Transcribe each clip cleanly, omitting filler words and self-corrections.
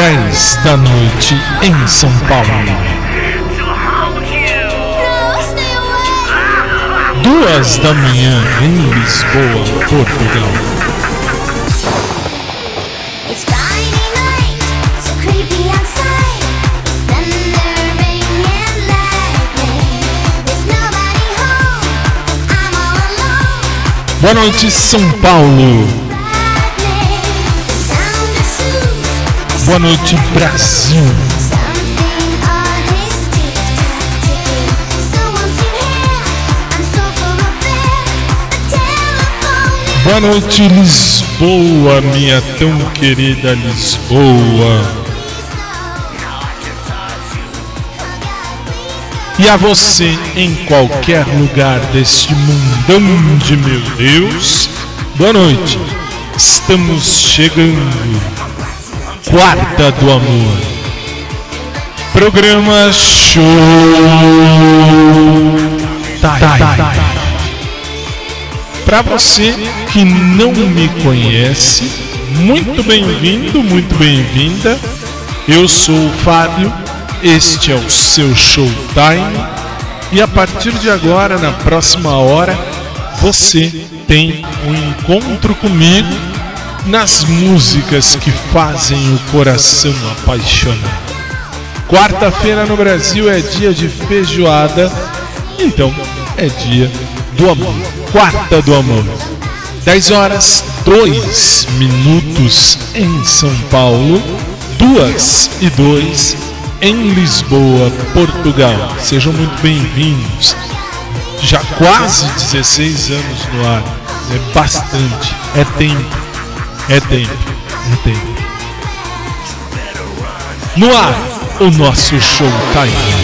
10 da noite em São Paulo, 2 da manhã em Lisboa, Portugal. Boa noite, São Paulo. Boa noite, Brasil. Boa noite, Lisboa, minha tão querida Lisboa. E a você em qualquer lugar deste mundão de meu Deus, boa noite. Estamos chegando. Quarta do Amor. Programa Show Time. Para você que não me conhece, muito bem-vindo, muito bem-vinda. Eu sou o Fábio. Este é o seu Showtime e a partir de agora, na próxima hora, você tem um encontro comigo nas músicas que fazem o coração apaixonar. Quarta-feira no Brasil é dia de feijoada, então é dia do amor. Quarta do Amor. 10 horas 2 minutos em São Paulo, 2:02 em Lisboa, Portugal. Sejam muito bem-vindos. Já quase 16 anos no ar. É bastante. É tempo. É tempo. É tempo. No ar, o nosso Showtime.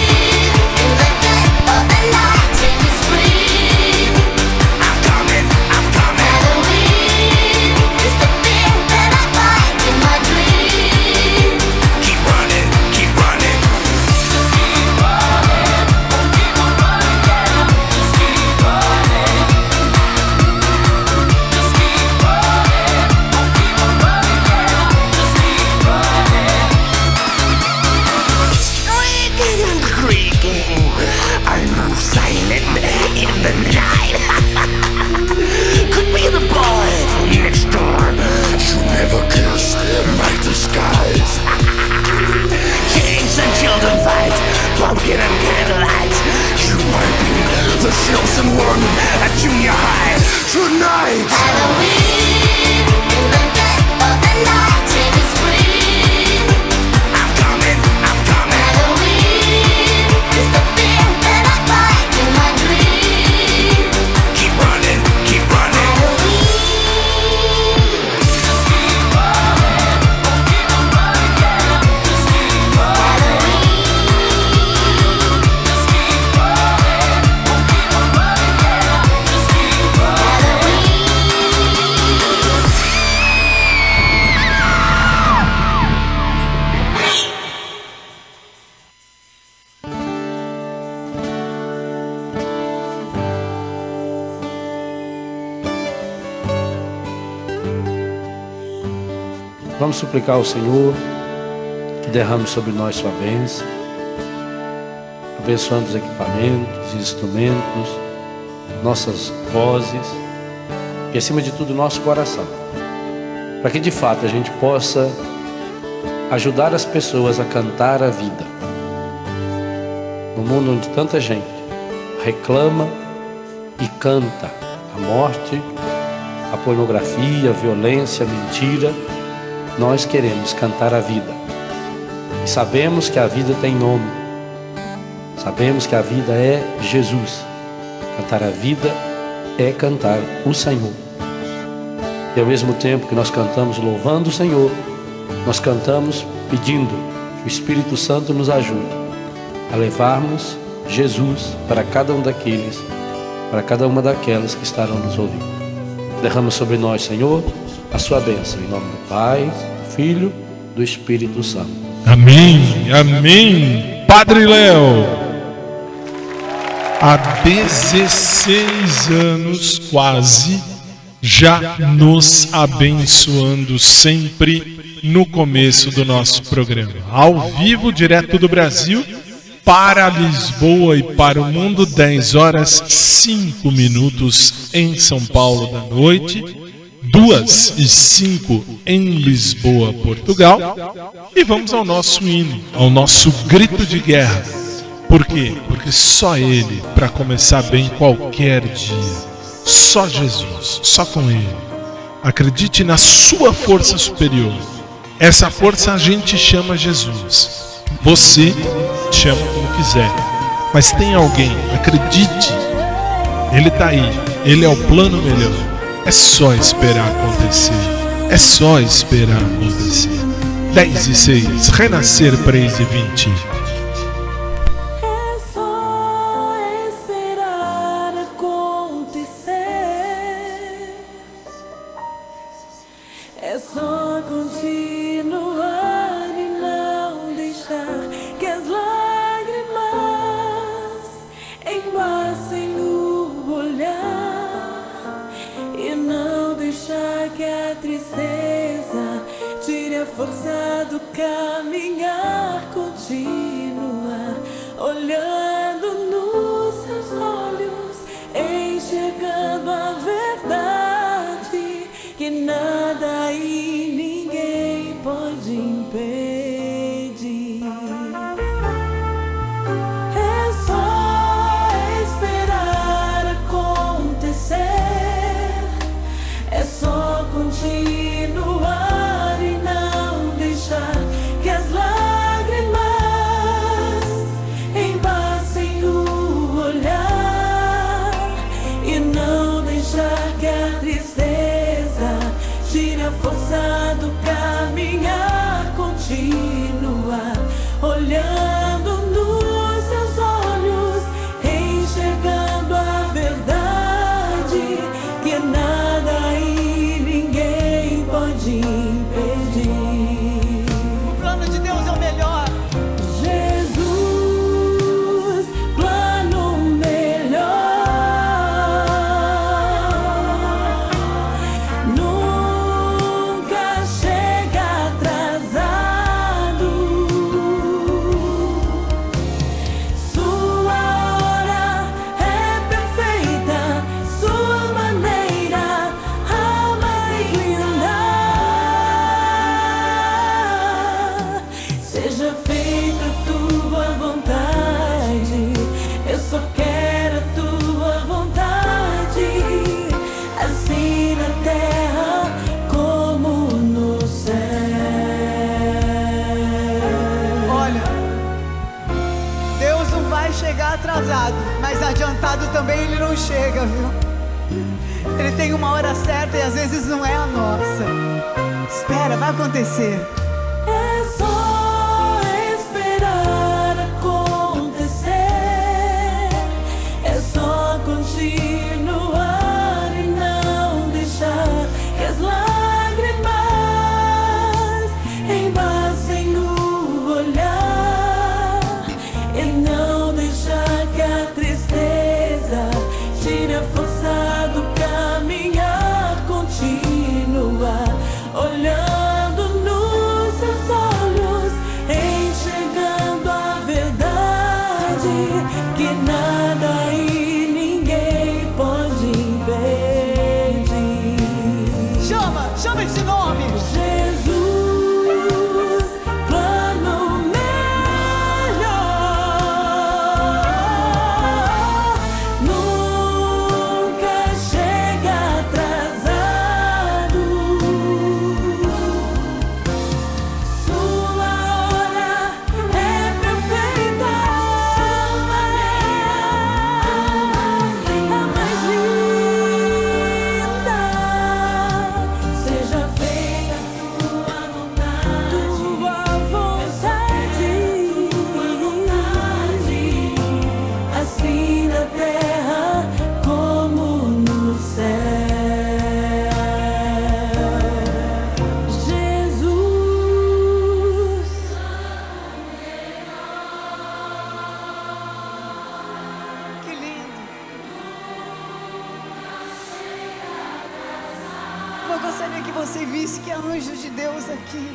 Vamos suplicar ao Senhor que derrame sobre nós sua bênção, abençoando os equipamentos, instrumentos, nossas vozes e, acima de tudo, nosso coração, para que de fato a gente possa ajudar as pessoas a cantar a vida. No mundo onde tanta gente reclama e canta a morte, a pornografia, a violência, a mentira, nós queremos cantar a vida. E sabemos que a vida tem nome. Sabemos que a vida é Jesus. Cantar a vida é cantar o Senhor. E ao mesmo tempo que nós cantamos louvando o Senhor, nós cantamos pedindo que o Espírito Santo nos ajude a levarmos Jesus para cada um daqueles, para cada uma daquelas que estarão nos ouvindo. Derrama sobre nós, Senhor, a sua bênção, em nome do Pai, do Filho, do Espírito Santo. Amém, amém. Padre Léo, há 16 anos quase, já nos abençoando sempre no começo do nosso programa. Ao vivo, direto do Brasil, para Lisboa e para o mundo, 10 horas 5 minutos em São Paulo da noite, 2:05 em Lisboa, Portugal. E vamos ao nosso hino, ao nosso grito de guerra. Por quê? Porque só Ele, para começar bem qualquer dia. Só Jesus, só com Ele. Acredite na sua força superior. Essa força a gente chama Jesus. Você chama como quiser. Mas tem alguém, acredite. Ele está aí. Ele é o plano melhor. É só esperar acontecer. É só esperar acontecer. 10:06, renascer 3:20. Força do caminhar, continuar olhando nos seus olhos, enxergando a verdade que nada e ninguém pode impedir. É só esperar acontecer, é só continuar que as lágrimas embaçem o olhar e não deixar que a tristeza tire a força do caminhar, continuar olhando nos seus olhos, enxergando a verdade que nada e ninguém pode impedir. Atrasado, mas adiantado também ele não chega, viu? Ele tem uma hora certa e às vezes não é a nossa. Espera, vai acontecer. É só esperar acontecer, é só continuar e não deixar que as lágrimas embaçem o olhar e não deixar que a tristeza tire a força do caminhar, continuar olhando nos seus olhos, enxergando a verdade que nada e ninguém pode impedir. Chama esse nome! Jesus, plano melhor, nunca chega atrasado. Sua hora é perfeita, a mais linda. Seja feita gostaria que você visse que há anjos de Deus aqui.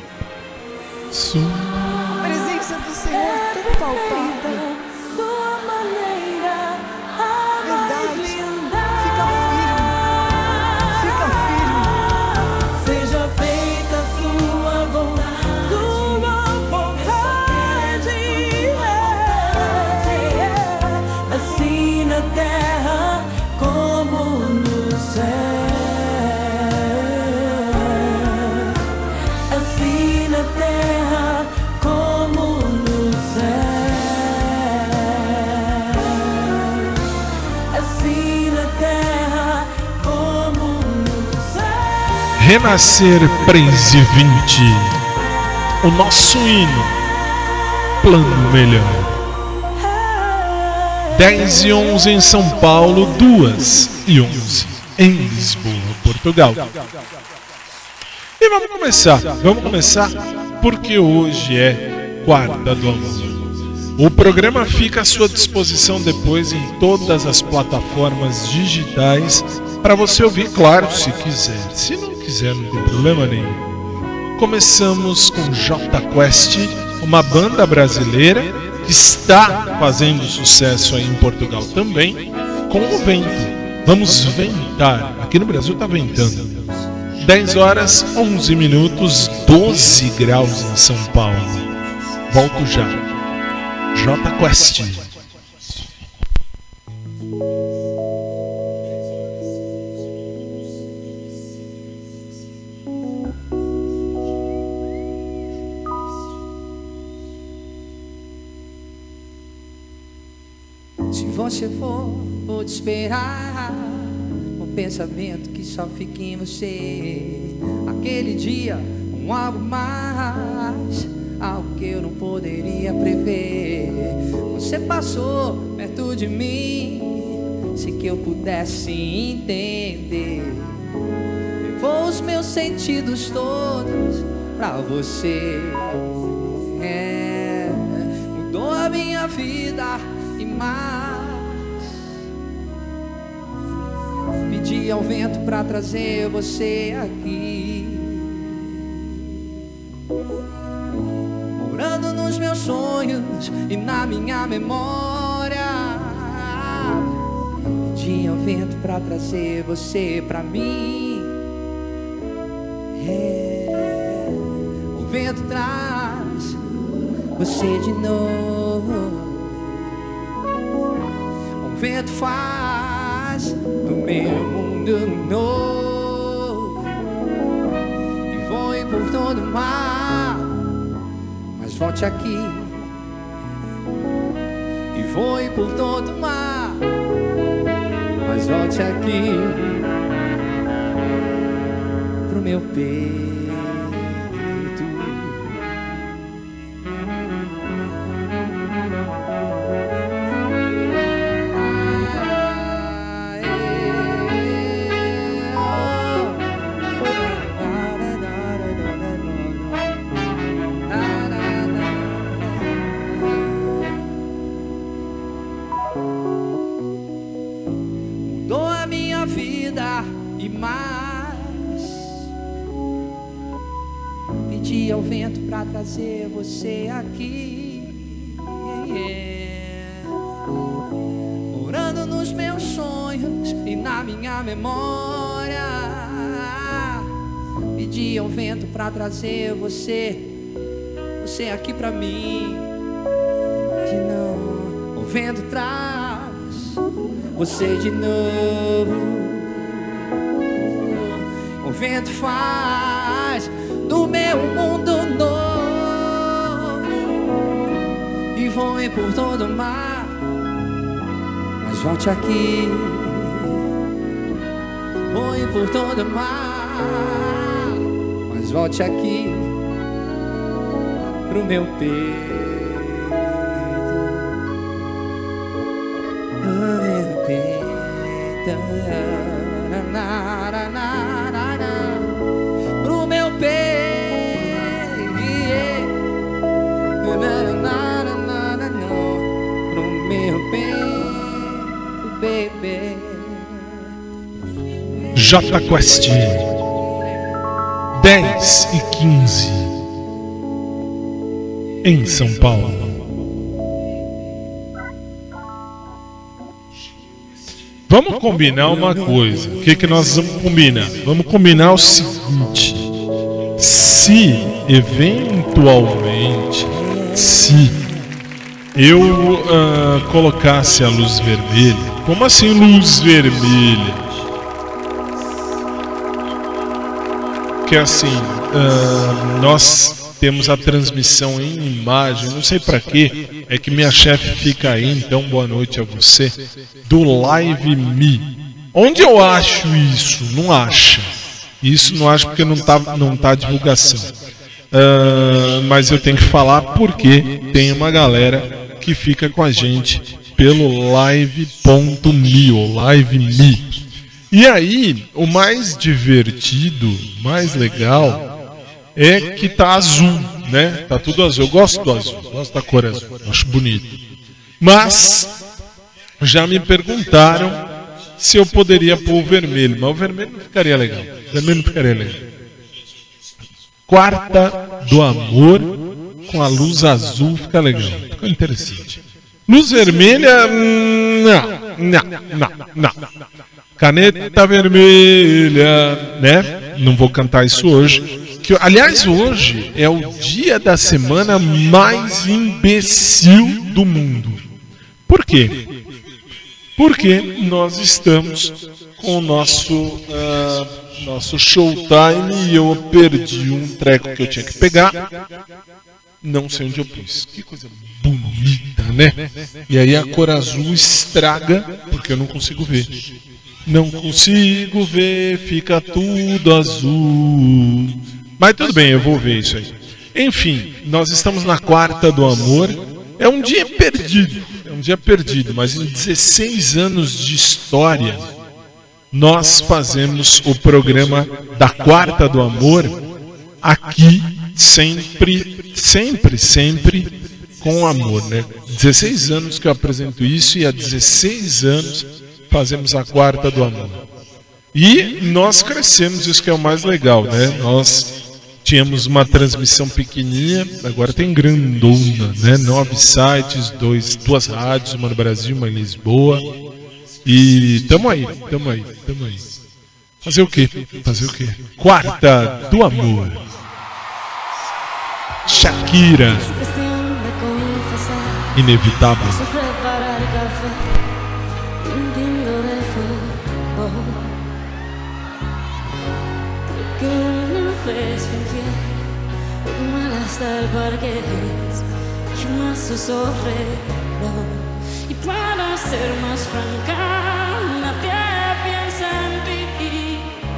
Sua A presença do Senhor é tão palpável. Sua maneira a mais Verdade. linda. Fica firme. Seja feita a sua vontade. Assim na terra como no céu. Assim na terra como no céu. Assim na terra como no céu. Renascer 3:20. O nosso hino. Plano melhor. 10:11 em São Paulo, 2:11 em Lisboa, Portugal. E vamos começar porque hoje é Quarta do Amor. O programa fica à sua disposição depois em todas as plataformas digitais para você ouvir, claro, se quiser. Se não quiser, não tem problema nenhum. Começamos com J Quest, uma banda brasileira que está fazendo sucesso aí em Portugal também, com o vento. Vamos ventar. Aqui no Brasil está ventando. 10h11, 12 graus em São Paulo. Volto já. J Quest. Se você for, vou te esperar. Um pensamento que só fica em você. Aquele dia, algo mais, algo que eu não poderia prever. Você passou perto de mim, se que eu pudesse entender. Levou os meus sentidos todos pra você. Mudou a minha vida e mais. Pedi ao vento pra trazer você aqui, morando nos meus sonhos e na minha memória. Pedi ao vento pra trazer você pra mim. O vento traz você de novo. O vento faz do meu mundo novo e voe por todo o mar, mas volte aqui. E voe por todo o mar, mas volte aqui pro meu peito. Mudou a minha vida e mais. Pedi ao vento pra trazer você aqui, morando nos meus sonhos e na minha memória. Pedi ao vento pra trazer você aqui pra mim. De novo, o vento traz você de novo. O vento faz do meu mundo novo e voe por todo o mar, mas volte aqui. Voe por todo o mar, mas volte aqui pro meu peito. Pro meu peito, pro meu peito, baby. J Quest. 10h15 em São Paulo. Vamos combinar uma coisa. O que nós vamos combinar? Vamos combinar o seguinte: se eventualmente, se eu colocasse a luz vermelha, como assim luz vermelha? Que assim, nós temos a transmissão em imagem, não sei pra quê, é que minha chefe fica aí, então boa noite a você, do Live Me. Onde eu acho isso? Não acha. Isso não acho porque não tá a divulgação. Mas eu tenho que falar porque tem uma galera que fica com a gente pelo live.me ou Live Me. E aí, o mais divertido, mais legal, é que tá azul, né? Tá tudo azul. Eu gosto do azul, gosto da cor azul, acho bonito. Mas já me perguntaram se eu poderia pôr o vermelho, mas o vermelho não ficaria legal. O vermelho não ficaria legal. Quarta do Amor com a luz azul fica legal, fica interessante. Luz vermelha, não. Caneta vermelha, né? Não vou cantar isso hoje. Que, aliás, hoje é o dia da semana mais imbecil do mundo. Por quê? Porque nós estamos com o nosso showtime e eu perdi um treco que eu tinha que pegar. Não sei onde eu pus. Que coisa bonita, né? E aí a cor azul estraga, porque eu não consigo ver. Não consigo ver, fica tudo azul. Mas tudo bem, eu vou ver isso aí. Enfim, nós estamos na Quarta do Amor. É um dia perdido, mas em 16 anos de história, nós fazemos o programa da Quarta do Amor aqui, sempre com amor, né? 16 anos que eu apresento isso e há 16 anos fazemos a Quarta do Amor. E nós crescemos, isso que é o mais legal, né? Nós tínhamos uma transmissão pequenininha, agora tem grandona, né? 9 sites, 2 rádios, uma no Brasil, uma em Lisboa. E tamo aí. Fazer o quê? Quarta do Amor. Shakira. Inevitável. El parqués y más susurrero. Y para ser más franca, nadie piensa en ti.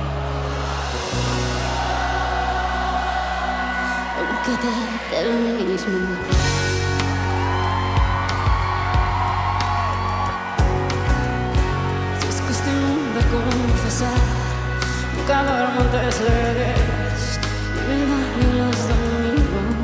Aunque te dé lo mismo. Si es cuestión de confesar, nunca duermo antes de 10 y me baño los domingos.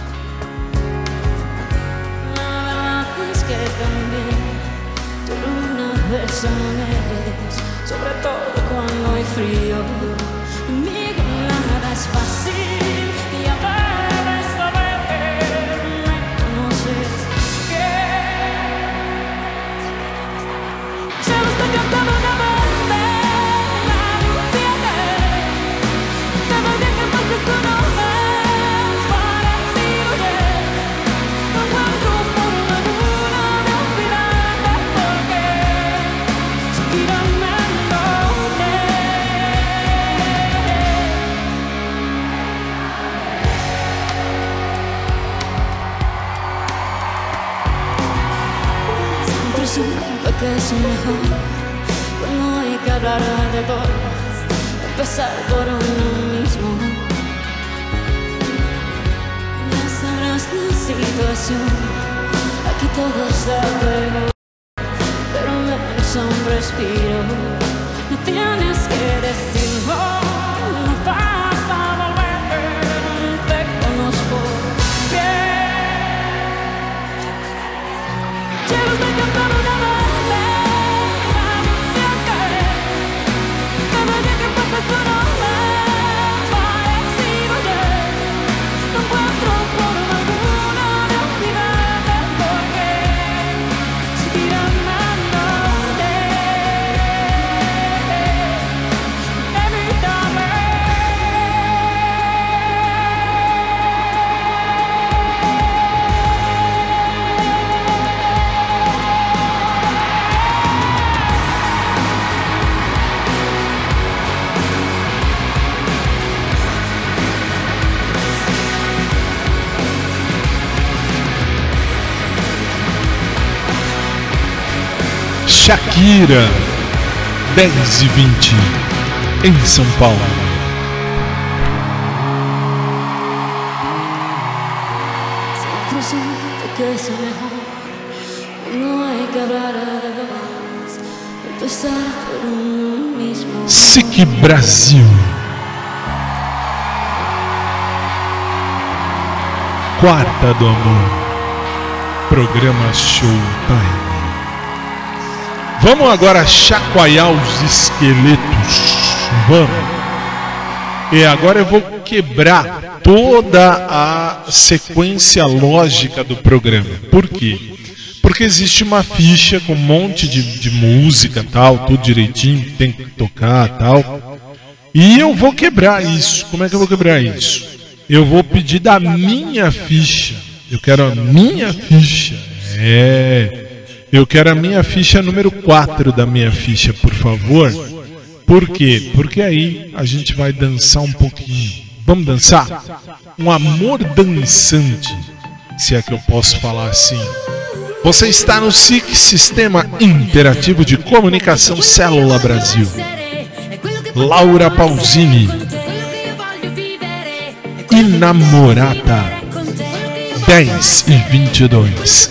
Que también tu luna de sones, sobre todo cuando hay frío. Conmigo nada es fácil y ya debes saber que me conoces. Que ya no estoy cantando nuevamente la entiende. Te voy a que pases tu nombre parecido ayer. No encuentro por una luna de olvidarte porque Shakira me enloquece. Siempre supe que es mejor cuando hay que hablar de todos, empezar por uno mismo. Ya sabrás la situación, aquí todo está peor, pero menos a un respiro. No tienes que decirlo, no vas a volver, te conozco bien. Ya no estoy cantando nuevamente la entiende. Cada día que pases tu nombre parecido Shakira, 10h20, em São Paulo. Siempre supe que es mejor, no hay que hablar de dos, empezar por uno mismo. SIC Brasil. Quarta do Amor, programa Showtime. Vamos agora chacoalhar os esqueletos. Vamos. E agora eu vou quebrar toda a sequência lógica do programa. Por quê? Porque existe uma ficha com um monte de música, tal, tudo direitinho, tem que tocar, tal. E eu vou quebrar isso. Como é que eu vou quebrar isso? Eu vou pedir da minha ficha. Eu quero a minha ficha. Eu quero a minha ficha número 4 da minha ficha, por favor. Por quê? Porque aí a gente vai dançar um pouquinho. Vamos dançar? Um amor dançante, se é que eu posso falar assim. Você está no SIC, Sistema Interativo de Comunicação Célula Brasil. Laura Pausini, Inamorata, 10h22.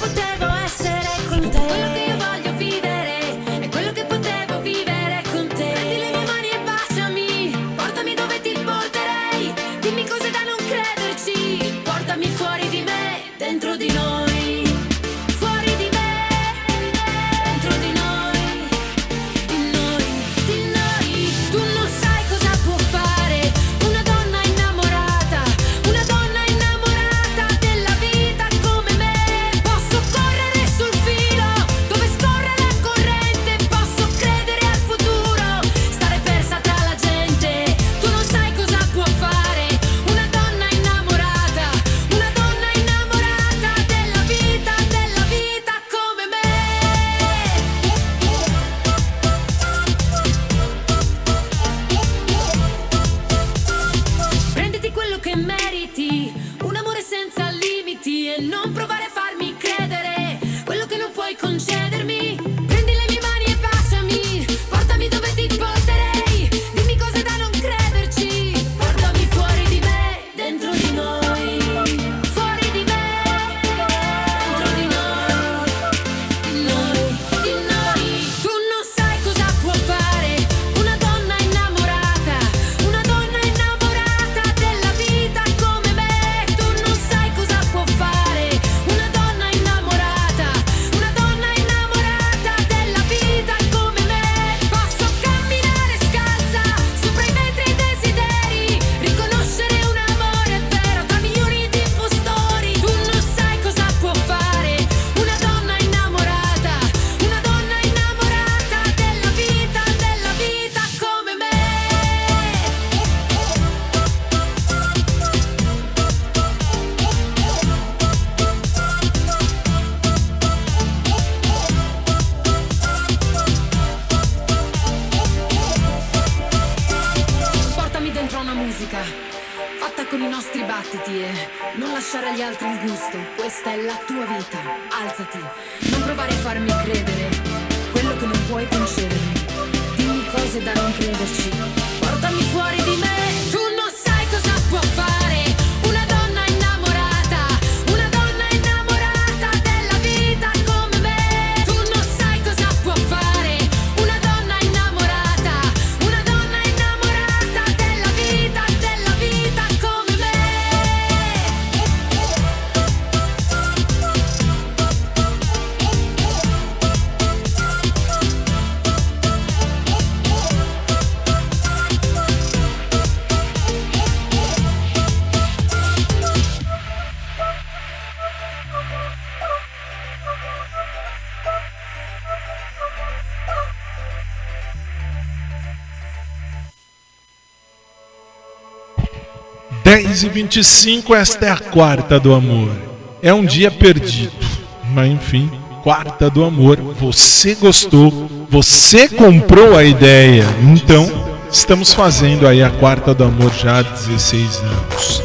E 25, esta é a Quarta do Amor. É um dia perdido, mas enfim, Quarta do Amor. Você gostou, você comprou a ideia. Então, estamos fazendo aí a Quarta do Amor já há 16 anos.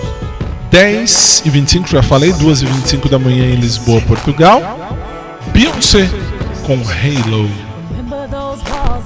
10h25, já falei, 2h25 da manhã em Lisboa, Portugal. Beyoncé com Halo.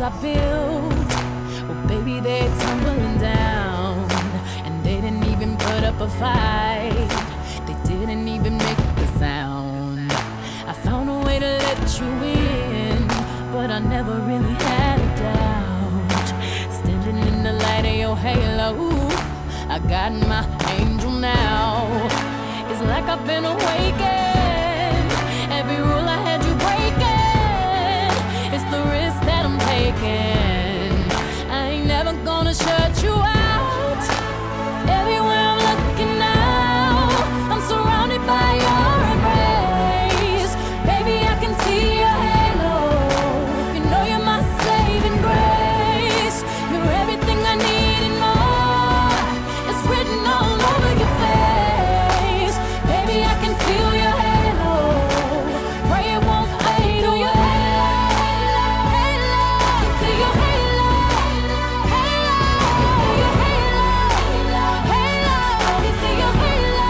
I built, well baby they're tumbling down. And they didn't even put up a fight, they didn't even make the sound. I found a way to let you in, but I never really had a doubt. Standing in the light of your halo, I got my angel now. It's like I've been awakened. Every rule I had you breaking, it's the risk that I'm taking. I ain't never gonna shut you out. Everywhere I'm looking now, I'm surrounded by your embrace. Baby, I can see your halo. You know you're my saving grace. You're everything I need and more. It's written all over your face. Baby, I can feel your halo. Pray it won't fade. Oh, your halo, halo. I see your halo, halo. Your halo, halo. I see your halo,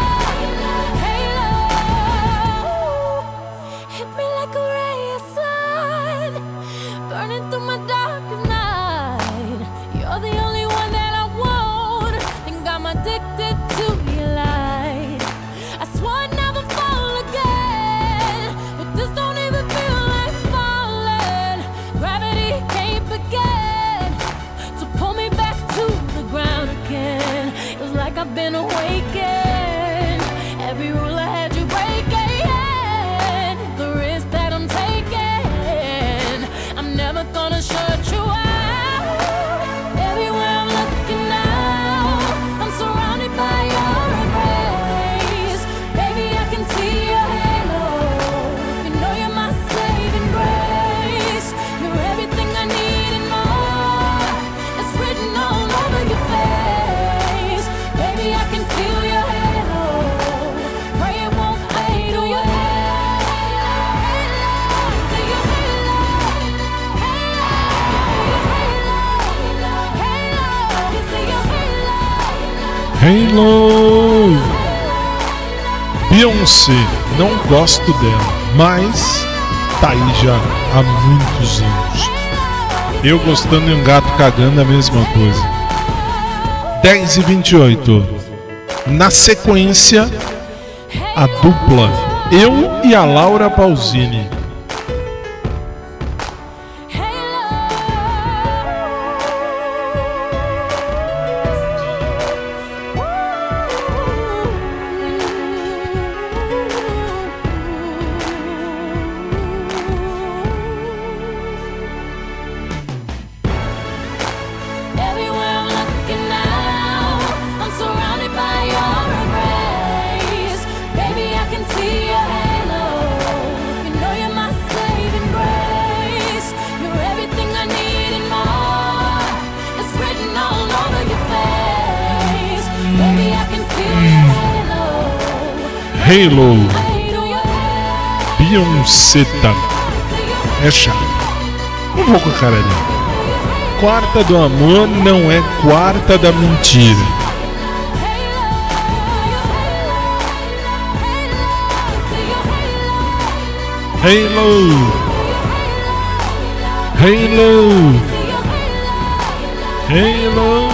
halo. Hit me like a ray of sun, burning through my darkest night. You're the only one that I want, think I'm addicted to your light. I swore I'd never fall again, but this don't even feel like falling. Gravity can't begin to pull me back to the ground again. It's like I've been awakened. Every rule I had you breaking, the risk that I'm taking. I'm never gonna shut you out. Everywhere I'm looking now, I'm surrounded by your embrace. Baby, I can see your halo. You know you're my saving grace. You're everything I need and more. It's written all over your face. Baby, I can feel your halo. Pray it won't fade. Oh, your halo, halo. I see your halo, halo. Your halo, halo. I see your halo. Halo! Beyoncé, não gosto dela, mas tá aí já há muitos anos. Eu gostando de um gato cagando é a mesma coisa. 10h28. Na sequência, a dupla, eu e a Laura Pausini. Everywhere I'm looking now, I'm surrounded by your embrace. Baby, I can see your halo. You know you're my saving grace. You're everything I need and more. It's written all over your face. Baby, I can feel your halo. Halo, Fade on your halo. Beyoncé tá. É chato. Não vou com a cara dela. Quarta do amor não é quarta da mentira. Halo, Halo, Halo.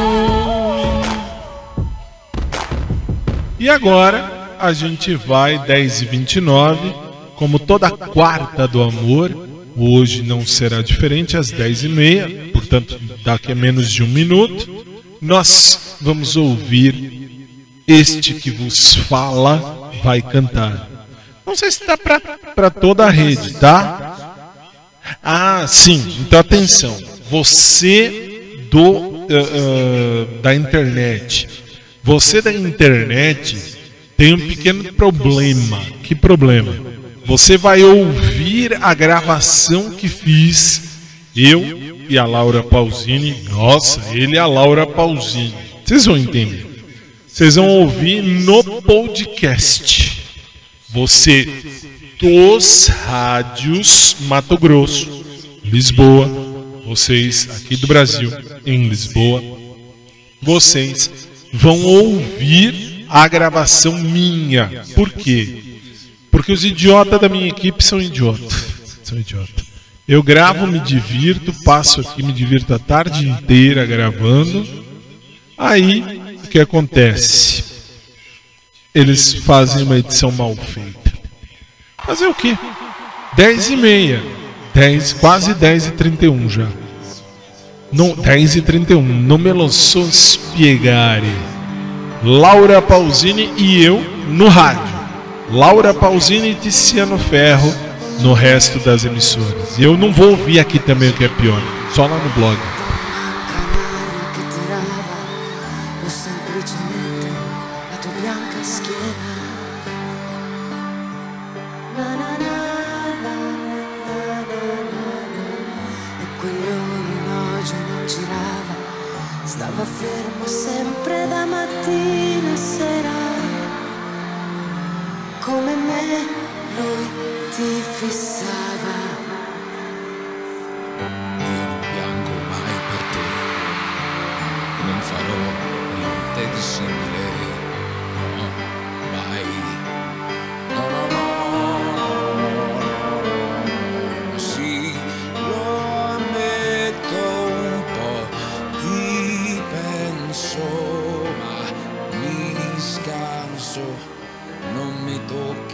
E agora a gente vai 10h29, como toda quarta do amor. Hoje não será diferente, às 10h30, portanto daqui a menos de um minuto. Nós vamos ouvir este que vos fala vai cantar. Não sei se está para toda a rede, tá? Ah, sim, então atenção. Você da internet. Você da internet tem um pequeno problema. Que problema? Você vai ouvir a gravação que fiz, eu e a Laura Pausini. Nossa, ele e a Laura Pausini. Vocês vão entender. Vocês vão ouvir no podcast. Você dos rádios Mato Grosso, Lisboa, vocês aqui do Brasil, em Lisboa, vocês vão ouvir a gravação minha. Por quê? Porque os idiotas da minha equipe são idiotas. Eu gravo, me divirto, passo aqui, me divirto a tarde inteira gravando. Aí, o que acontece? Eles fazem uma edição mal feita. Fazer o quê? 10h30. Quase 10h31 já. 10h31. Não me lo so spiegare. Laura Pausini e eu no rádio. Laura Pausini e Tiziano Ferro no resto das emissoras. E eu não vou ouvir aqui também o que é pior. Só lá no blog. Stava fermo sempre da mattina a sera, come me lui ti fissava. Io non piango mai per te, non farò niente di simile, no, mai. No, no, no, sì, lo ammetto, un po' ti penso, ma mi scanso, non mi tocchi.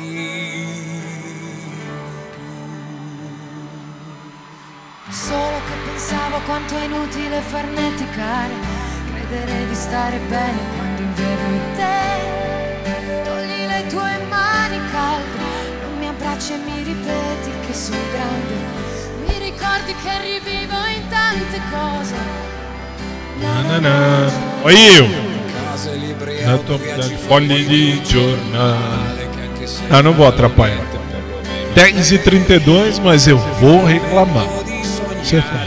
Solo che pensavo quanto è inutile farneticare, credere di stare bene quando inverno in te. Togli le tue mani calde, non mi abbracci e mi ripeti che sono grande. Mi ricordi che rivivo in tante cose. Oi eu na tua foglia di giornale. Não vou atrapalhar. 10h32, mas eu vou reclamar. Você fala.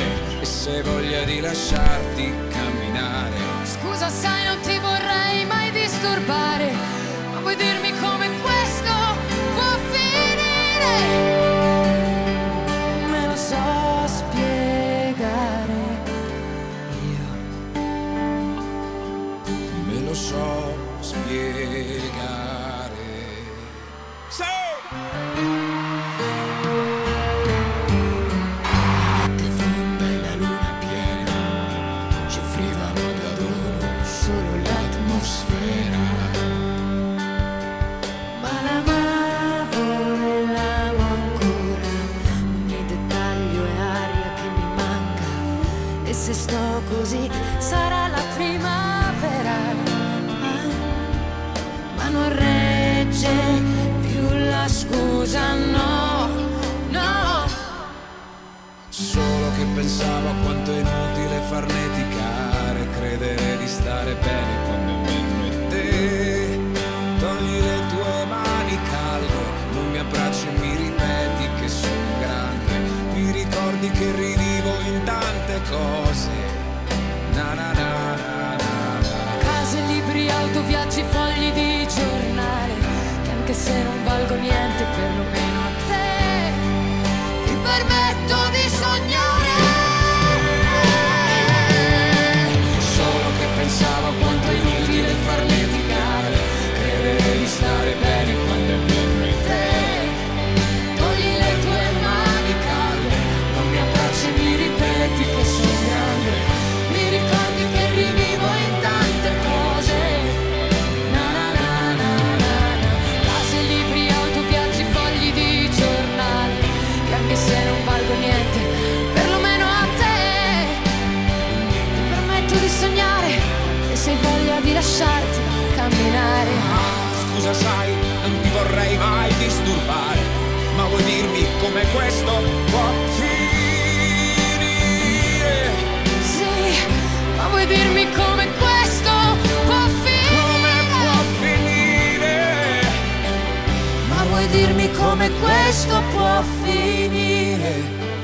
Scusa, sai, non ti vorrei mai disturbare, ma vuoi dirmi come questo può finire? Me lo so spiegare io. Me lo so spiegare. Sì! Se sto così sarà la primavera, ma non regge più la scusa, no, no. Solo che pensavo a quanto è inutile farneticare, credere di stare bene quando è meno e te. Togli le tue mani calde, non mi abbracci e mi ripeti che sono grande. Mi ricordi che rivivo in tante cose. Na na na na na. Case, libri, auto, viaggi, fogli di giornale, che anche se non valgo niente, perlomeno a te ti permetto di sognare. Solo che pensavo a quanto è inutile farneticare, credere di stare bene quando è meno in te. Togli le tue mani calde, Non mi abbracci e mi ripeti che sono grande. mi ricordi che rivivo in tante cose. Na na na na na na. Case, libri, auto, viaggi, fogli di giornale, che anche se non valgo niente, perlomeno a te ti permetto di sognare, e se hai voglia di lasciarti camminare. Scusa, sai, non ti vorrei mai disturbare, ma vuoi dirmi come questo può finire? Sì, ma vuoi dirmi come questo può finire? Come può finire? Ma vuoi dirmi come questo può finire?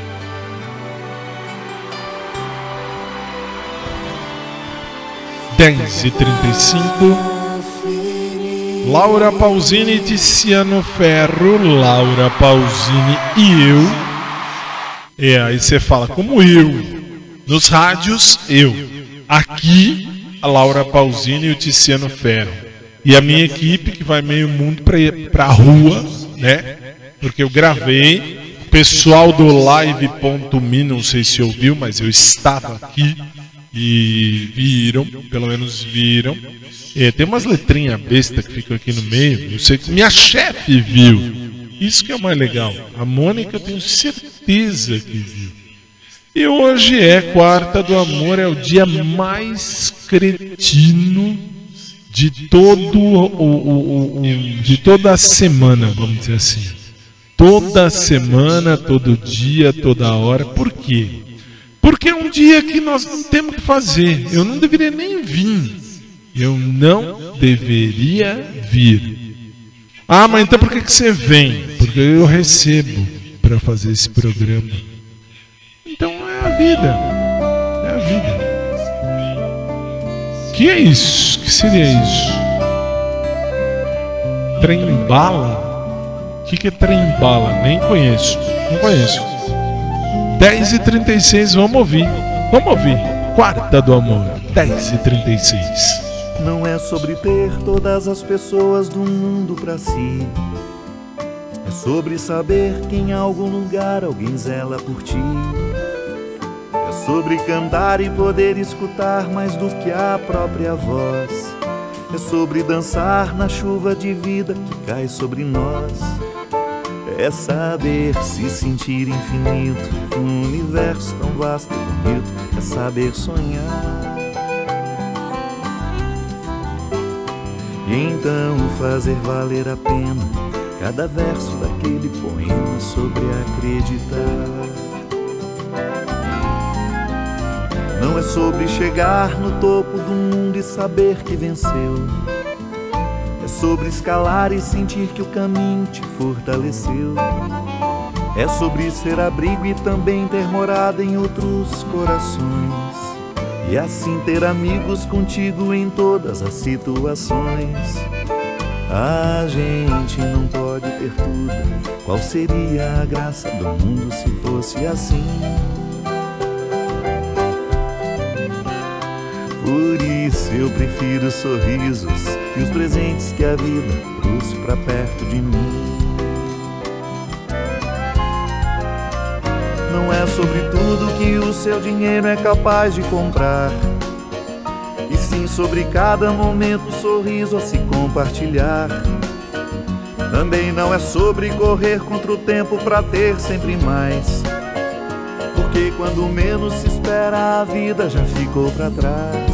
10h35. Laura Pausini e Tiziano Ferro. Laura Pausini e eu. E aí você fala, como eu? Nos rádios, eu. Aqui, a Laura Pausini e o Tiziano Ferro. E a minha equipe que vai meio mundo pra rua, né? Porque eu gravei pessoal do live.me, não sei se ouviu, mas eu estava aqui e viram, pelo menos viram. Tem umas letrinhas besta que ficam aqui no meio. Eu sei que minha chefe viu. Isso que é o mais legal. A Mônica eu tenho certeza que viu. E hoje é Quarta do Amor, é o dia mais cretino de de toda a semana, vamos dizer assim. Toda semana, todo dia, toda hora. Por quê? Porque é um dia que nós não temos que fazer. Eu não deveria nem vir. Eu não deveria vir. Ah, mas então por que você vem? Porque eu recebo para fazer esse programa. Então é a vida. É a vida. Que é isso? Que seria isso? Trem-bala? O que é trem-bala? Nem conheço. Não conheço. 10h36, vamos ouvir. Vamos ouvir. Quarta do Amor, 10h36. Não é sobre ter todas as pessoas do mundo pra si. É sobre saber que em algum lugar alguém zela por ti. É sobre cantar e poder escutar mais do que a própria voz. É sobre dançar na chuva de vida que cai sobre nós. É saber se sentir infinito num universo tão vasto e bonito. É saber sonhar. E então fazer valer a pena cada verso daquele poema sobre acreditar. Não é sobre chegar no topo do mundo e saber que venceu. É sobre escalar e sentir que o caminho te fortaleceu. É sobre ser abrigo e também ter morada em outros corações. E assim ter amigos contigo em todas as situações. A gente não pode ter tudo. Qual seria a graça do mundo se fosse assim? Por isso eu prefiro sorrisos e os presentes que a vida trouxe pra perto de mim. Não é sobre tudo que o seu dinheiro é capaz de comprar, e sim sobre cada momento, sorriso a se compartilhar. Também não é sobre correr contra o tempo pra ter sempre mais, porque quando menos se espera a vida já ficou pra trás.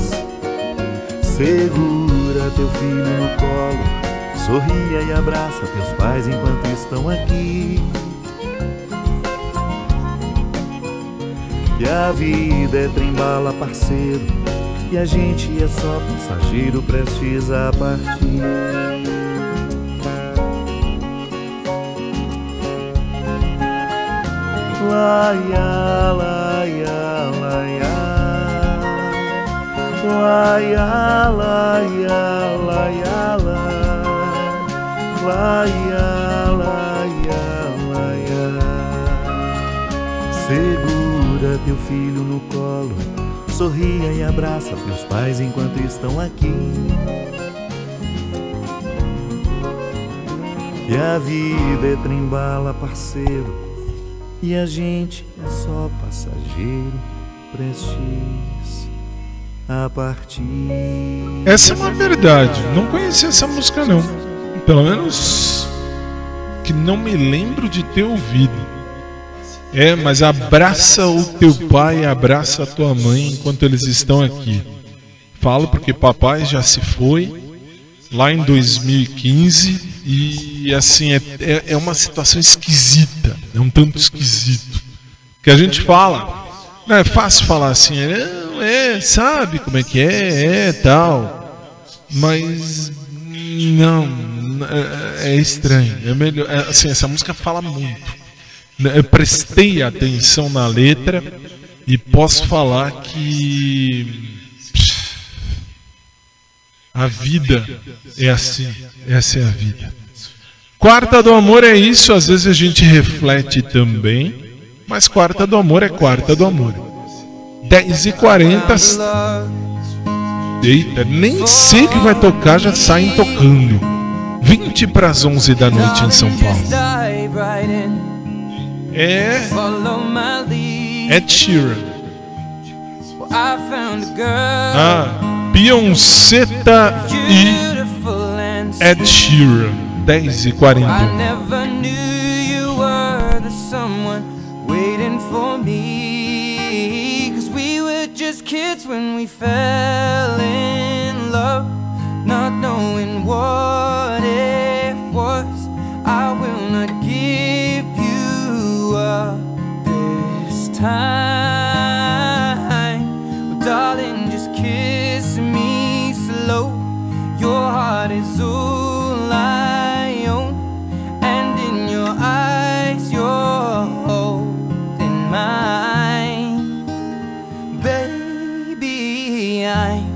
Segura teu filho no colo, sorria e abraça teus pais enquanto estão aqui. Que a vida é trem-bala, parceiro, e a gente é só passageiro prestes a partir. Laia, laia, laia, laia, laia, laia, laia, laia, laia. Segura teu filho no colo, sorria e abraça teus pais enquanto estão aqui. Que a vida é trem-bala, parceiro, e a gente é só passageiro prestes a partir. Essa é uma verdade. Não conhecia essa música não. Pelo menos que não me lembro de ter ouvido. Mas abraça o teu pai, abraça a tua mãe enquanto eles estão aqui. Falo porque papai já se foi lá em 2015 e assim é uma situação esquisita, é um tanto esquisito. Que a gente fala, não é fácil falar assim, sabe como é que é tal, mas não, é estranho, é melhor, assim, essa música fala muito. Eu prestei atenção na letra e posso falar que a vida é assim, essa é a vida. Quarta do Amor é isso, às vezes a gente reflete também, mas Quarta do Amor é Quarta do Amor. 10h40. Eita, nem sei o que vai tocar, já saem tocando. 20 para as 11 da noite em São Paulo. é follow my lead. Ed Sheeran. I found a girl, Beyoncé e beautiful and Ed Sheeran, 10h41. I never knew you were the someone waiting for me, 'cause we were just kids when we fell in love, not knowing what it was. I will not give you up this time. Well, darling, just kiss me slow. Your heart is all I own, and in your eyes you're holding mine. Baby, I'm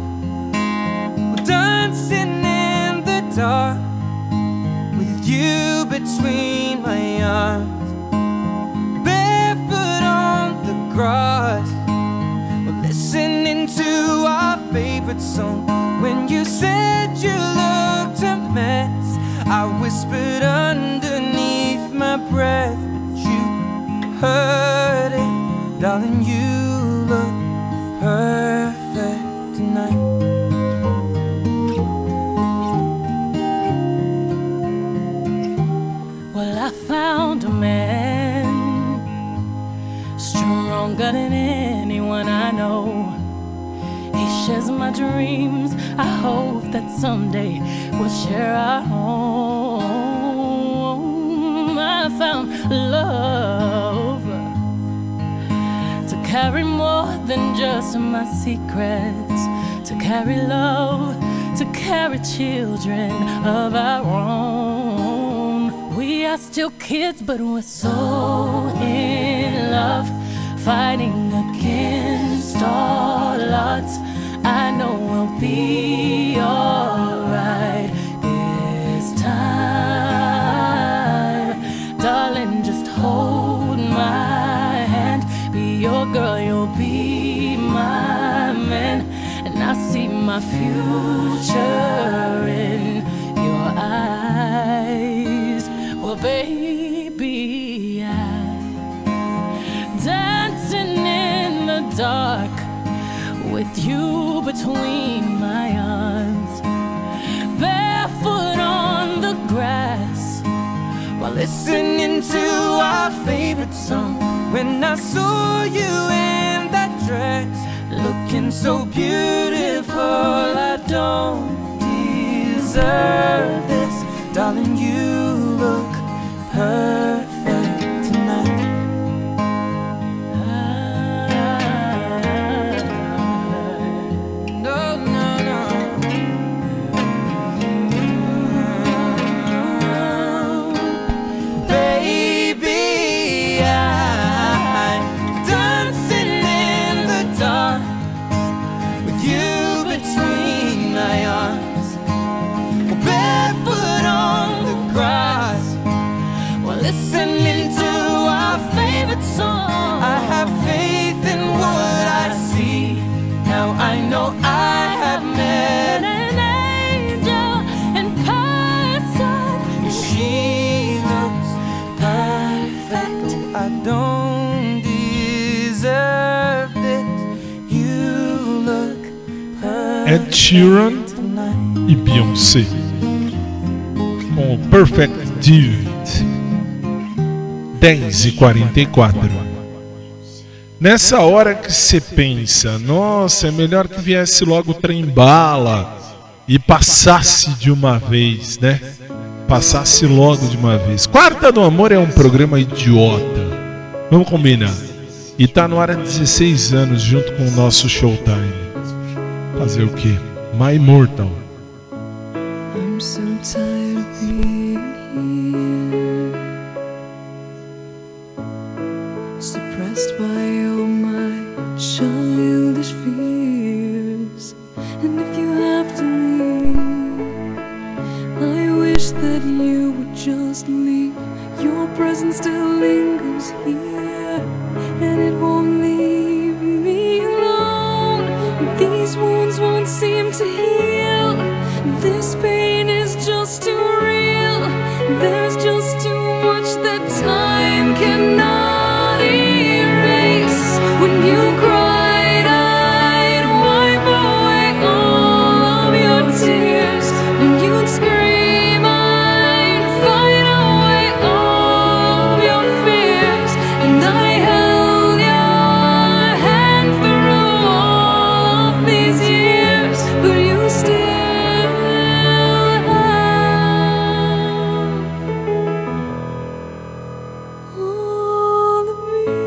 dancing in the dark with you between my arms, barefoot on the grass, we're listening to our favorite song. When you said you looked a mess, I whispered underneath my breath, but you heard it. Darling, you look perfect tonight. Well, I found a man stronger than anyone I know. He shares my dreams. I hope that someday we'll share our home. I found love to carry more than just my secrets, to carry love, to carry children of our own. We are still kids, but we're so in love, fighting against all odds. I know we'll be alright this time. Darling, just hold my hand. Be your girl, you'll be my man. And I see my future in your eyes. Well, baby, I'm dancing in the dark with you between my arms, barefoot on the grass, while listening to our favorite song. When I saw you in that dress, looking so beautiful, I don't deserve this. Darling, you look perfect tonight. Ed Sheeran e Beyoncé com o Perfect Dude. 10h44. Nessa hora que você pensa, nossa, é melhor que viesse logo o trem-bala e passasse de uma vez, né? Passasse logo de uma vez. Quarta do Amor é um programa idiota, vamos combinar. E tá no ar há 16 anos junto com o nosso Showtime. Fazer o quê? My Immortal. I'm so tired of being here, suppressed by all my childish fears. And if you have to leave, I wish that you would just leave. Your presence still lingers here, and it won't leave me alone. These wounds won't seem to heal. This pain is just too real. There's just too much that time cannot you'd scream, I'd fight away all of your fears. And I held your hand through all of these years, but you still have all of me.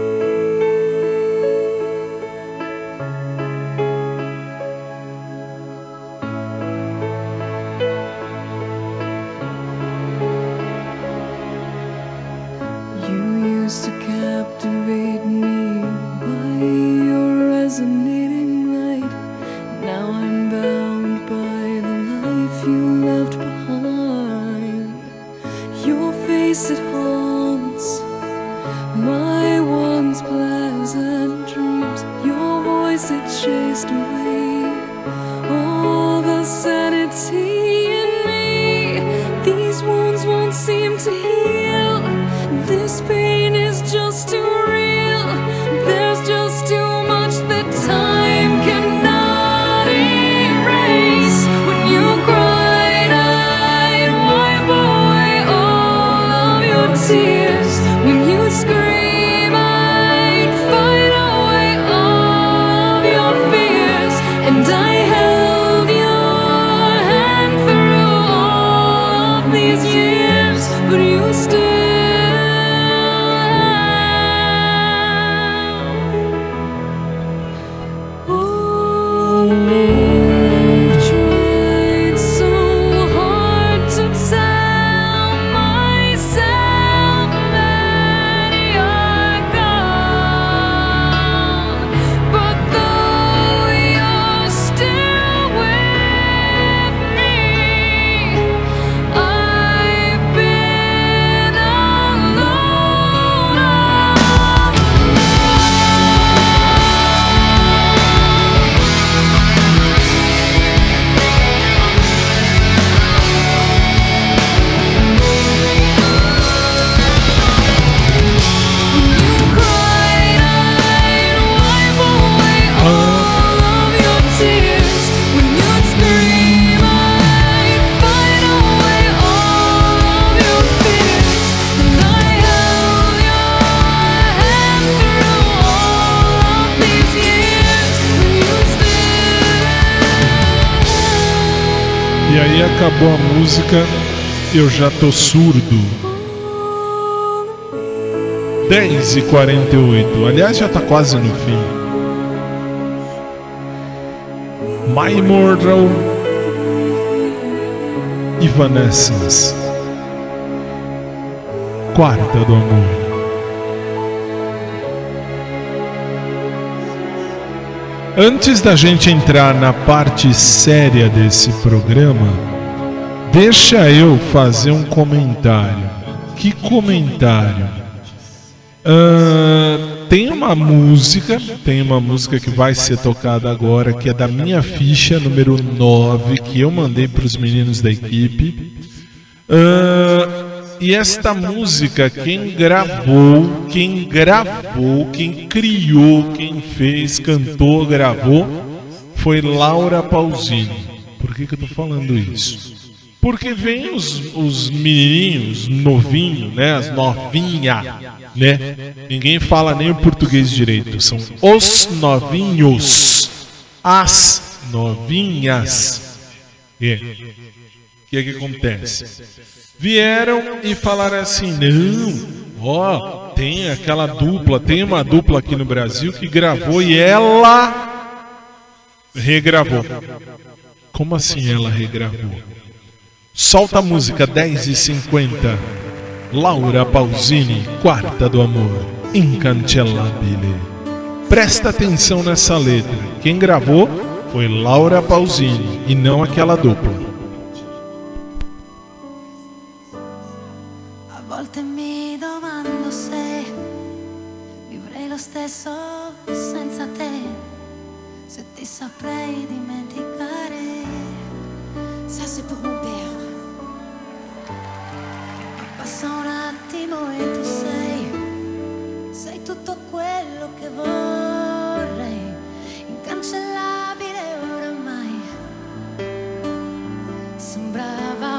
You used to captivate me by your resonating light. Now I'm bound by the life you left behind. Your face, it haunts my once pleasant dreams. Your voice, it chased away all the sanity in me. These wounds won't seem to heal. This pain is just too real. There's just too much that time cannot erase. When you cried, I'd wipe away all of your tears. When you scream, I'd fight away all of your fears. And I held your hand through all of these years, but you still all of me. I've tried so hard to tell myself that you're gone, but though you're still with me, I've been alone all you cried, I'd wipe away all of your tears. When you'd scream, I'd fight away all of your fears. And I held your hand through all of these years, but you still E aí acabou a música, eu já tô surdo. 10h48, aliás já tá quase no fim. My Immortal, Evanescence, Quarta do Amor. Antes da gente entrar na parte séria desse programa, deixa eu fazer um comentário. Que comentário? Tem uma música que vai ser tocada agora, que é da minha ficha número 9, que eu mandei para os meninos da equipe. E esta música, quem gravou, quem criou, quem fez, cantou, gravou, foi Laura Pausini. Por que eu tô falando isso? Porque vem os menininhos, novinhos, né, as novinhas, né? Ninguém fala nem o português direito, são os novinhos, as novinhas. O que acontece? Vieram e falaram assim: não, tem aquela dupla, tem uma dupla aqui no Brasil que gravou e ela regravou. Como assim ela regravou? Solta a música, 10h50. Laura Pausini, Quarta do Amor, Incancellabile. Presta atenção nessa letra. Quem gravou foi Laura Pausini e não aquela dupla. A volte mi domando se vivrei lo stesso senza te, se ti saprei dimenticare. Ça c'est pour mon père. Passa un attimo e tu sei tutto quello che vorrei, incancellabile oramai. Sembrava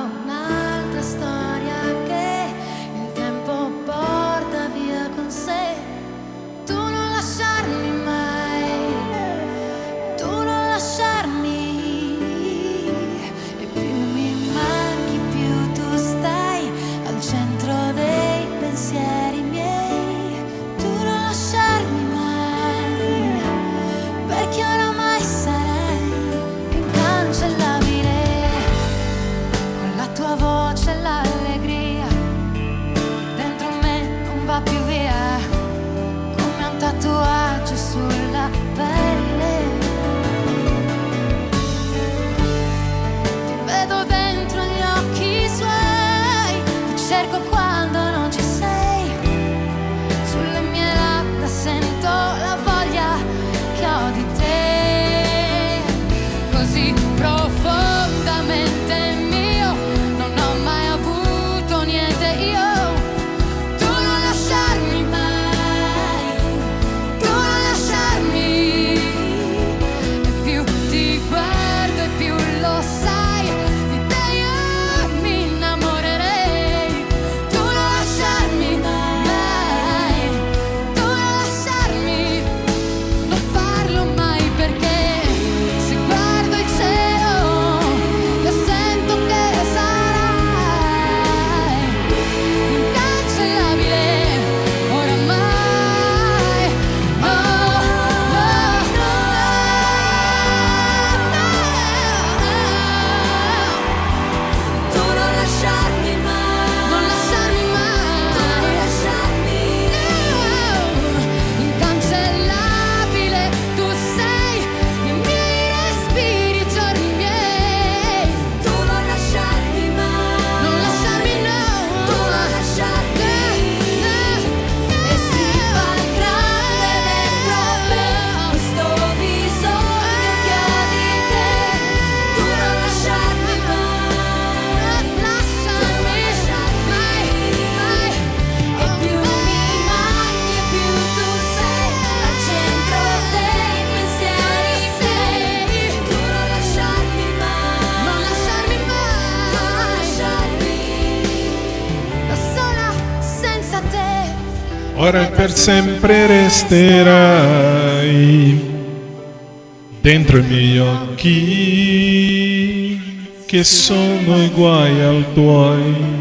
ora per sempre resterai dentro i miei occhi che sono uguali al tuoi.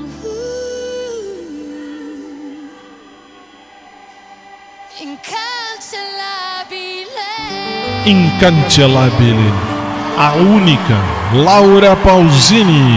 Incancellabile, a única Laura Pausini.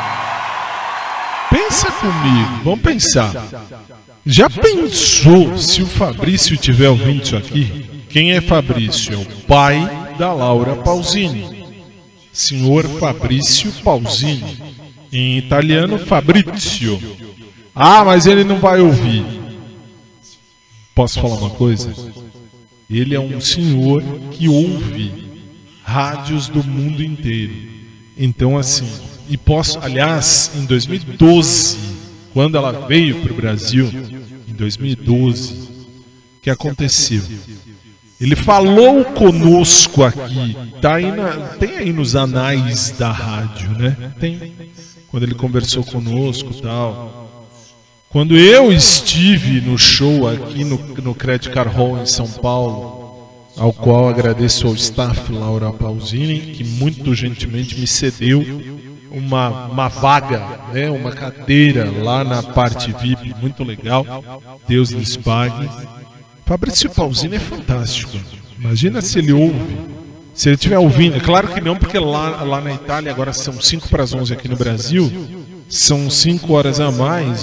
Pensa comigo, vamos pensar. Já pensou se o Fabrício estiver ouvindo isso aqui? Quem é Fabrício? É o pai da Laura Pausini, senhor Fabrício Pausini. Em italiano, Fabrizio. Ah, mas ele não vai ouvir. Posso falar uma coisa? Ele é um senhor que ouve rádios do mundo inteiro. Então, assim, e posso, aliás, em 2012, quando ela veio para o Brasil, em 2012, o que aconteceu? Ele falou conosco aqui, tá aí tem aí nos anais da rádio, né? Tem, quando ele conversou conosco e tal. Quando eu estive no show aqui no Credit Card Hall em São Paulo, ao qual agradeço ao staff Laura Pausini, que muito gentilmente me cedeu uma vaga, né, uma cadeira lá na parte VIP, muito legal, Deus lhes pague. Fabrício Pausini é fantástico, imagina se ele ouve, se ele estiver ouvindo, é claro que não, porque lá na Itália agora são 5 para as 11 aqui no Brasil, são 5 horas a mais,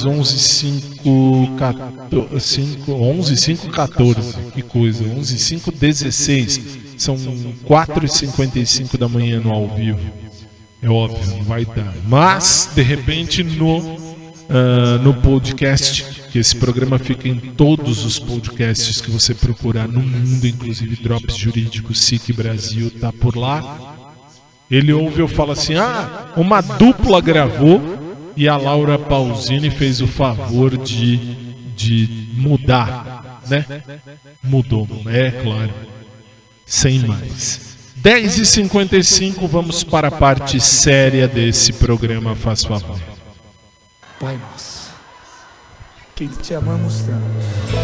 11:05:14, que coisa, 11:05:16, são 4:55 da manhã no ao vivo. É óbvio, não vai dar. Mas, de repente, no podcast, que esse programa fica em todos os podcasts que você procurar no mundo, inclusive Drops Jurídicos, SIC Brasil, tá por lá. Ele ouve, eu falo assim, uma dupla gravou e a Laura Pausini fez o favor de mudar, né? Mudou, é claro. Sem mais. 10h55, vamos para a parte séria desse programa, faz favor. Pai nosso, que te amamos tanto.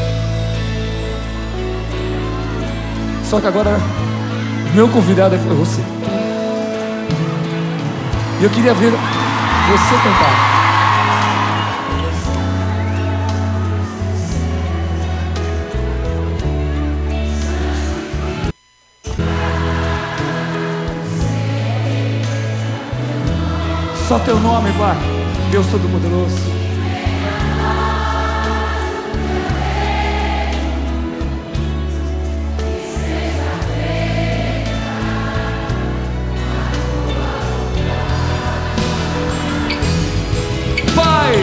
Só que agora, meu convidado foi você. E eu queria ver você cantar. Só teu nome, Pai, Deus Todo-Poderoso. Pai,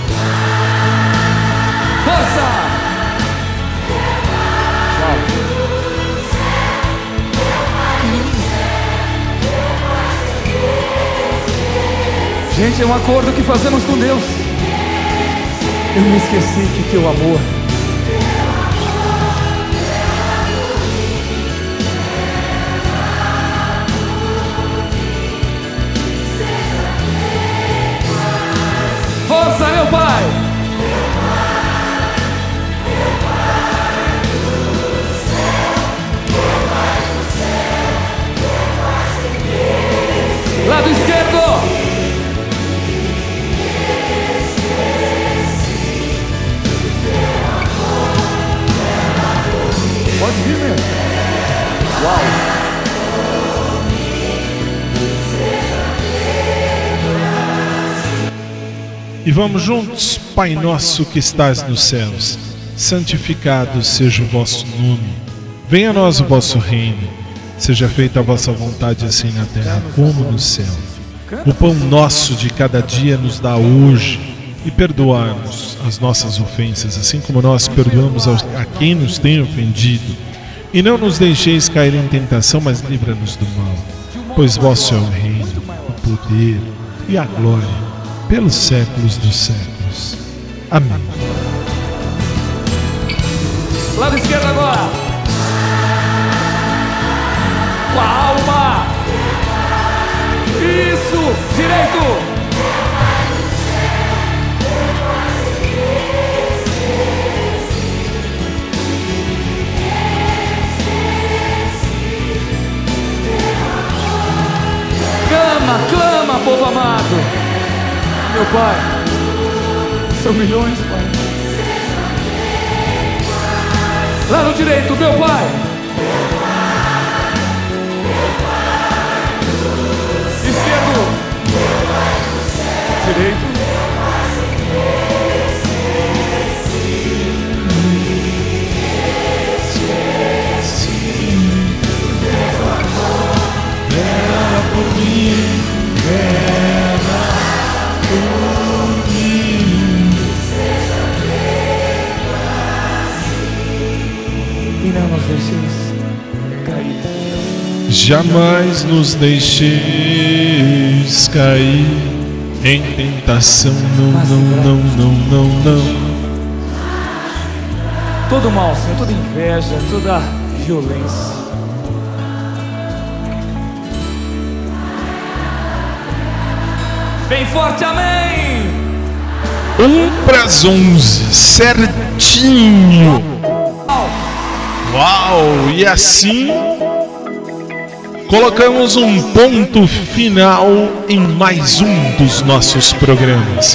força! Gente, é um acordo que fazemos com Deus. Eu me esqueci que teu amor força, meu Pai! Lado esquerdo! Pode vir mesmo. Uau! E vamos juntos. Pai nosso que estás nos céus, santificado seja o vosso nome. Venha a nós o vosso reino. Seja feita a vossa vontade, assim na terra como no céu. O pão nosso de cada dia nos dá hoje. E perdoai-nos as nossas ofensas, assim como nós perdoamos a quem nos tem ofendido. E não nos deixeis cair em tentação, mas livra-nos do mal. Pois vosso é o reino, o poder e a glória, pelos séculos dos séculos. Amém. Lado esquerdo agora. Com a alma. Isso, direito. povo amado. Meu Pai, são milhões, Pai. Lá no direito, meu Pai. Esquerdo. Direito. E não nos deixeis cair. Jamais nos deixeis cair em tentação. Não, não, não, não, não. Todo mal, Senhor, toda inveja, toda violência. Bem forte, amém! 1:11, certinho. Uau! E assim colocamos um ponto final em mais um dos nossos programas.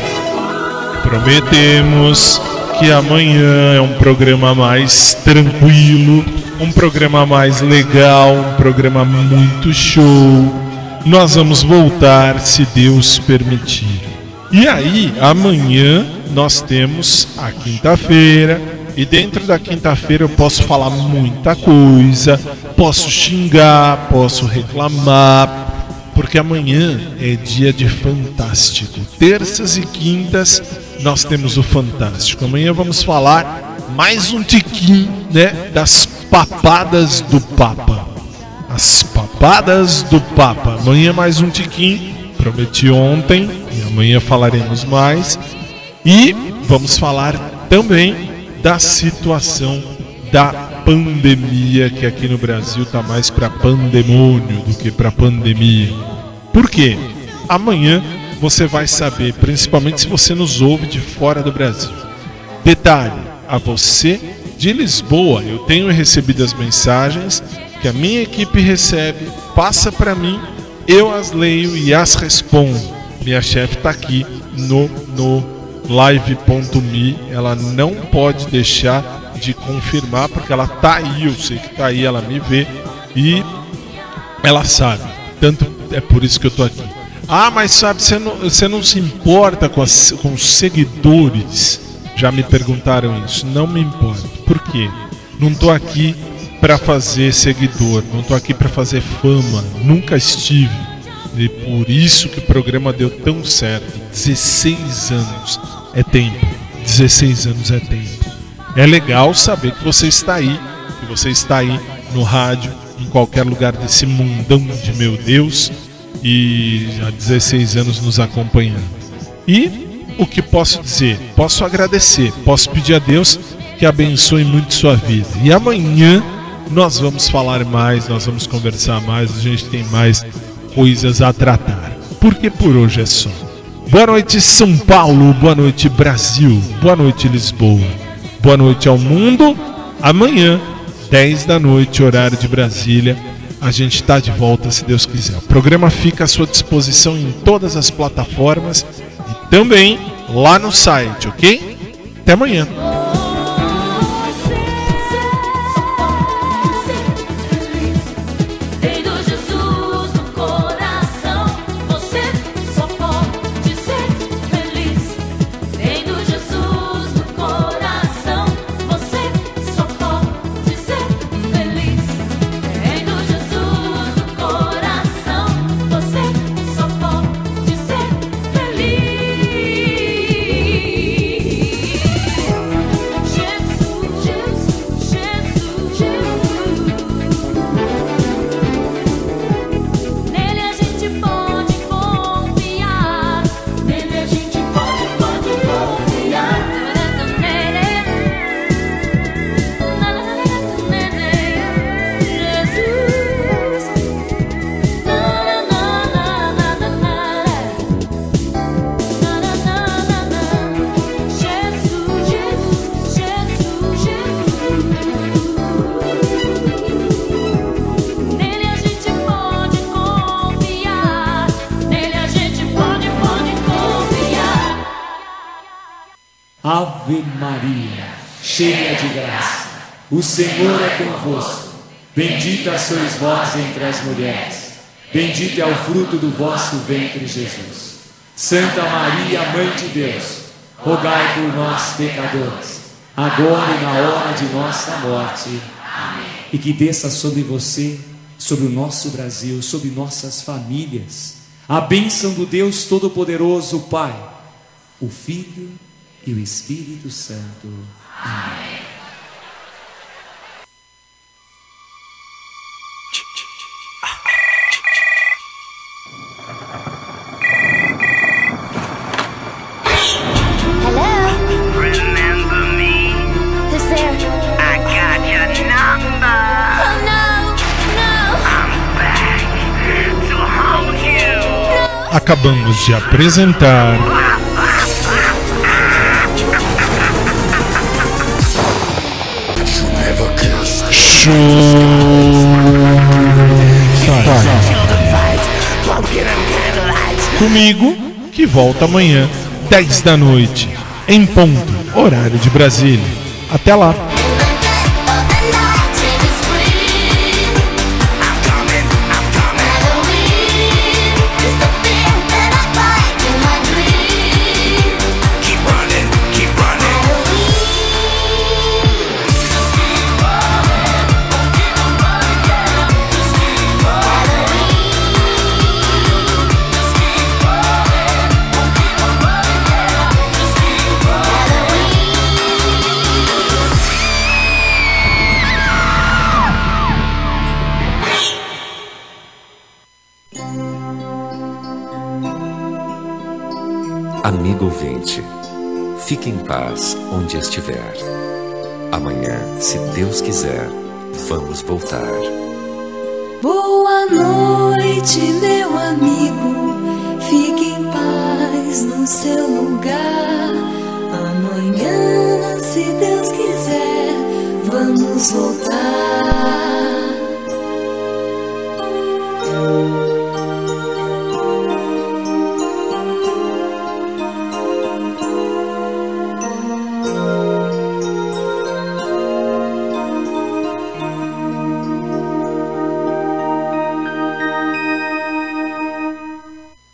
Prometemos que amanhã é um programa mais tranquilo, um programa mais legal, um programa muito show. Nós vamos voltar, se Deus permitir. E aí, amanhã nós temos a quinta-feira. E dentro da quinta-feira eu posso falar muita coisa, posso xingar, posso reclamar, porque amanhã é dia de Fantástico. Terças e quintas nós temos o Fantástico. Amanhã vamos falar mais um tiquinho, né, das papadas do Papa. As papadas do Papa. Amanhã mais um tiquinho, prometi ontem, e amanhã falaremos mais. E vamos falar também da situação da pandemia, que aqui no Brasil está mais para pandemônio do que para pandemia. Por quê? Amanhã você vai saber, principalmente se você nos ouve de fora do Brasil. Detalhe, a você de Lisboa, eu tenho recebido as mensagens que a minha equipe recebe, passa para mim, eu as leio e as respondo. Minha chefe está aqui no live.me, ela não pode deixar de confirmar, porque ela tá aí, eu sei que tá aí, ela me vê e ela sabe, tanto é por isso que eu tô aqui. Ah, mas sabe, você não se importa com os seguidores? Já me perguntaram isso. Não me importo. Por quê? Não tô aqui para fazer seguidor, não tô aqui para fazer fama, nunca estive. E por isso que o programa deu tão certo. 16 anos é tempo. 16 anos é tempo. É legal saber que você está aí, no rádio, em qualquer lugar desse mundão de meu Deus, e há 16 anos nos acompanhando. E o que posso dizer? Posso agradecer, posso pedir a Deus que abençoe muito sua vida. E amanhã nós vamos falar mais, nós vamos conversar mais, a gente tem mais coisas a tratar. Porque por hoje é só. Boa noite, São Paulo, boa noite, Brasil, boa noite, Lisboa, boa noite ao mundo. Amanhã, 10 da noite, horário de Brasília, a gente está de volta, se Deus quiser. O programa fica à sua disposição em todas as plataformas e também lá no site, ok? Até amanhã. Ave Maria, cheia de graça, o Senhor é convosco. Bendita sois vós entre as mulheres, bendito é o fruto do vosso ventre, Jesus. Santa Maria, Mãe de Deus, rogai por nós, pecadores, agora e na hora de nossa morte. Amém. E que desça sobre você, sobre o nosso Brasil, sobre nossas famílias, a bênção do Deus Todo-Poderoso, o Pai, o Filho e o Espírito Santo. Amém. Acabamos de apresentar Comigo, que volta amanhã, 10 da noite, em ponto, horário de Brasília. Até lá! Amigo ouvinte, fique em paz onde estiver. Amanhã, se Deus quiser, vamos voltar. Boa noite, meu amigo. Fique em paz no seu lugar. Amanhã, se Deus quiser, vamos voltar.